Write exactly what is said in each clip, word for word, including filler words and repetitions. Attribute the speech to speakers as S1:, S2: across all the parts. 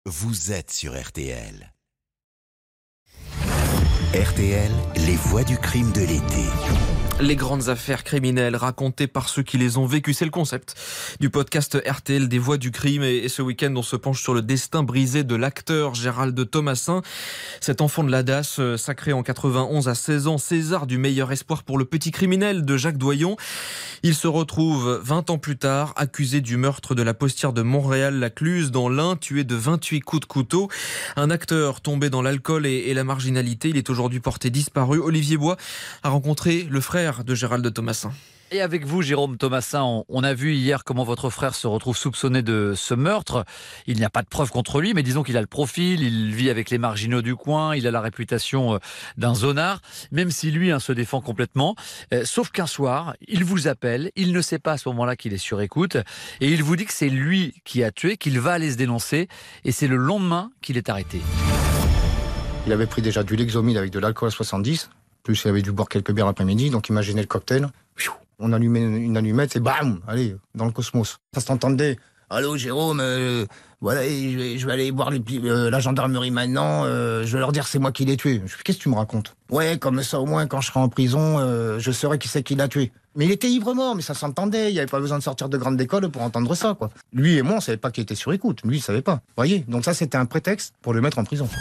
S1: vous êtes sur R T L. R T L, les voix du crime de l'été.
S2: Les grandes affaires criminelles racontées par ceux qui les ont vécues, c'est le concept du podcast R T L des voix du crime. Et ce week-end, on se penche sur le destin brisé de l'acteur Gérald Thomassin. Cet enfant de la D A S, sacré en quatre-vingt-onze à seize ans, César du meilleur espoir pour le petit criminel de Jacques Doyon. Il se retrouve vingt ans plus tard, accusé du meurtre de la postière de Montréal-Lacluse dans l'Ain, tué de vingt-huit coups de couteau. Un acteur tombé dans l'alcool et, et la marginalité. Il est aujourd'hui porté disparu. Olivier Bois a rencontré le frère de Gérald Thomassin.
S3: Et avec vous, Jérôme Thomassin, on, on a vu hier comment votre frère se retrouve soupçonné de ce meurtre. Il n'y a pas de preuves contre lui, mais disons qu'il a le profil, il vit avec les marginaux du coin, il a la réputation d'un zonard, même si lui hein, se défend complètement. Euh, sauf qu'un soir, il vous appelle, il ne sait pas à ce moment-là qu'il est sur écoute, et il vous dit que c'est lui qui a tué, qu'il va aller se dénoncer, et c'est le lendemain qu'il est arrêté.
S4: Il avait pris déjà du Lexomil avec de l'alcool à soixante-dix. Plus, il avait dû boire quelques bières l'après-midi, donc imaginez le cocktail. On allumait une allumette et bam, allez, dans le cosmos. Ça s'entendait. Allô Jérôme, euh, voilà, je vais, je vais aller voir les, euh, la gendarmerie maintenant, euh, je vais leur dire c'est moi qui l'ai tué. Je fais, qu'est-ce que tu me racontes? Ouais, comme ça au moins quand je serai en prison, euh, je saurai qui c'est qui l'a tué. Mais il était ivre-mort, mais ça s'entendait, il n'y avait pas besoin de sortir de grande école pour entendre ça, quoi. Lui et moi, on ne savait pas qu'il était sur écoute, lui il ne savait pas. Vous voyez, donc ça c'était un prétexte pour le mettre en prison.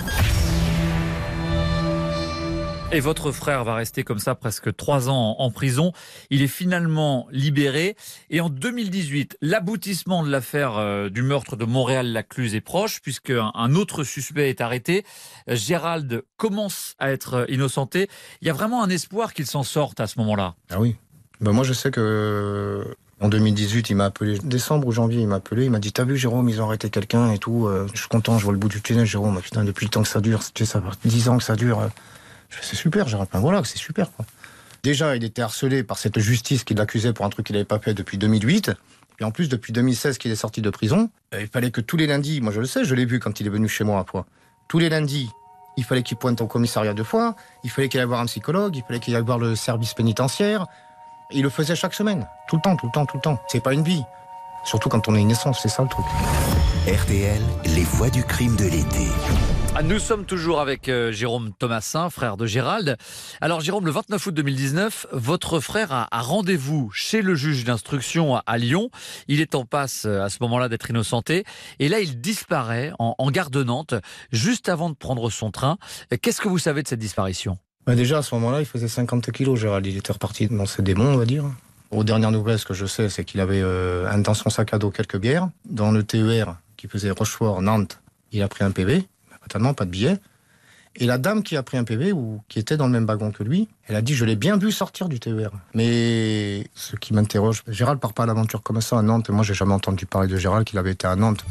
S3: Et votre frère va rester comme ça presque trois ans en prison. Il est finalement libéré. Et en deux mille dix-huit, l'aboutissement de l'affaire euh, du meurtre de Montréal-Lacluse est proche, puisque un, un autre suspect est arrêté. Gérald commence à être innocenté. Il y a vraiment un espoir qu'il s'en sorte à ce moment-là.
S4: Ah oui. Ben moi, je sais que en deux mille dix-huit, il m'a appelé, décembre ou janvier, il m'a appelé. Il m'a dit, t'as vu, Jérôme, ils ont arrêté quelqu'un et tout. Euh, je suis content, je vois le bout du tunnel, Jérôme. Putain, depuis le temps que ça dure, tu sais, ça fait dix ans que ça dure. Je fais, c'est super, Gérald. Ben voilà, c'est super, quoi. Déjà, il était harcelé par cette justice qui l'accusait pour un truc qu'il n'avait pas fait depuis deux mille huit. Et en plus, depuis deux mille seize qu'il est sorti de prison, il fallait que tous les lundis, moi je le sais, je l'ai vu quand il est venu chez moi à Foix, tous les lundis, il fallait qu'il pointe au commissariat de Foix, il fallait qu'il aille voir un psychologue, il fallait qu'il aille voir le service pénitentiaire. Il le faisait chaque semaine, tout le temps, tout le temps, tout le temps. C'est pas une vie. Surtout quand on est innocent, c'est ça le truc.
S1: R T L, les voix du crime de l'été.
S3: Nous sommes toujours avec euh, Jérôme Thomassin, frère de Gérald. Alors Jérôme, le vingt-neuf août deux mille dix-neuf, votre frère a, a rendez-vous chez le juge d'instruction à, à Lyon. Il est en passe euh, à ce moment-là d'être innocenté. Et là, il disparaît en, en gare de Nantes, juste avant de prendre son train. Qu'est-ce que vous savez de cette disparition ?
S4: Bah déjà, à ce moment-là, il faisait cinquante kilos, Gérald. Il était reparti dans ses démons, on va dire. Aux dernières nouvelles, ce que je sais, c'est qu'il avait euh, dans son sac à dos quelques bières. Dans le T E R qui faisait Rochefort-Nantes, il a pris un P V. Tellement pas de billets. Et la dame qui a pris un P V, ou qui était dans le même wagon que lui, elle a dit, je l'ai bien vu sortir du T E R. Mais ce qui m'interroge, Gérald part pas à l'aventure comme ça à Nantes, et moi j'ai jamais entendu parler de Gérald qu'il avait été à Nantes.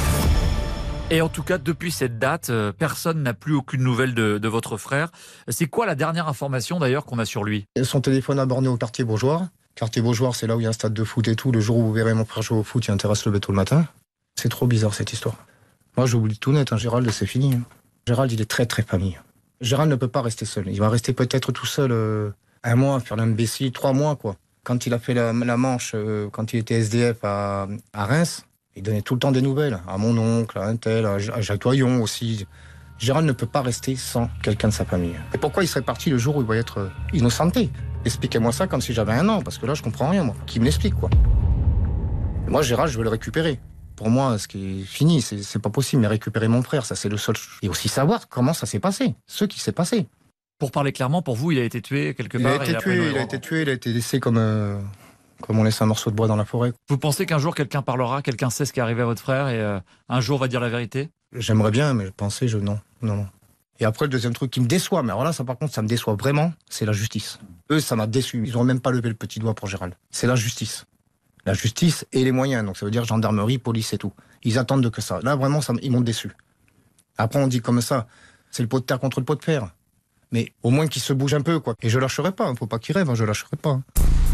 S3: Et en tout cas, depuis cette date, personne n'a plus aucune nouvelle de, de votre frère. C'est quoi la dernière information d'ailleurs qu'on a sur lui ?
S4: Son téléphone a borné au quartier Beaujoire. Quartier Beaujoire, c'est là où il y a un stade de foot et tout. Le jour où vous verrez mon frère jouer au foot, il intéresse le béton le matin. C'est trop bizarre cette histoire. Moi, j'oublie tout net, hein. Gérald, c'est fini. Hein. Gérald, il est très, très famille. Gérald ne peut pas rester seul. Il va rester peut-être tout seul euh, un mois, faire l'imbécile, trois mois, quoi. Quand il a fait la, la manche, euh, quand il était S D F à, à Reims, il donnait tout le temps des nouvelles. À mon oncle, à un tel, à, à Jacques Doyon aussi. Gérald ne peut pas rester sans quelqu'un de sa famille. Et pourquoi il serait parti le jour où il va être euh, innocenté ? Expliquez-moi ça comme si j'avais un an, parce que là, je comprends rien, moi. Qui me l'explique, quoi. Et moi, Gérald, je veux le récupérer. Pour moi, ce qui est fini, c'est, c'est pas possible, mais récupérer mon frère, ça c'est le seul. Et aussi savoir comment ça s'est passé, ce qui s'est passé.
S3: Pour parler clairement, pour vous, il a été tué quelque part.
S4: Il a été tué, il a été tué, il a été laissé comme, euh, comme on laisse un morceau de bois dans la forêt.
S3: Vous pensez qu'un jour quelqu'un parlera, quelqu'un sait ce qui est arrivé à votre frère et euh, un jour va dire la vérité ?
S4: J'aimerais bien, mais je pensais, je non, non, non. Et après, le deuxième truc qui me déçoit, mais alors là, ça par contre, ça me déçoit vraiment, c'est la justice. Eux, ça m'a déçu. Ils n'ont même pas levé le petit doigt pour Gérald. C'est la justice. La justice et les moyens, donc ça veut dire gendarmerie, police et tout. Ils attendent de que ça. Là, vraiment, ça, ils m'ont déçu. Après, on dit comme ça, c'est le pot de terre contre le pot de fer. Mais au moins qu'ils se bougent un peu, quoi. Et je lâcherai pas, hein. Faut pas qu'ils rêvent, hein. Je lâcherai pas. Hein.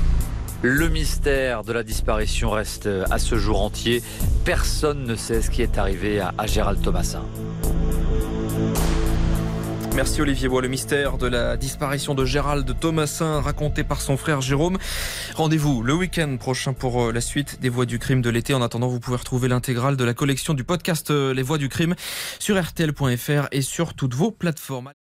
S3: Le mystère de la disparition reste à ce jour entier. Personne ne sait ce qui est arrivé à, à Gérald Thomassin.
S2: Merci Olivier Bois. Le mystère de la disparition de Gérald Thomassin raconté par son frère Jérôme. Rendez-vous le week-end prochain pour la suite des Voix du crime de l'été. En attendant, vous pouvez retrouver l'intégrale de la collection du podcast Les Voix du crime sur R T L point F R et sur toutes vos plateformes.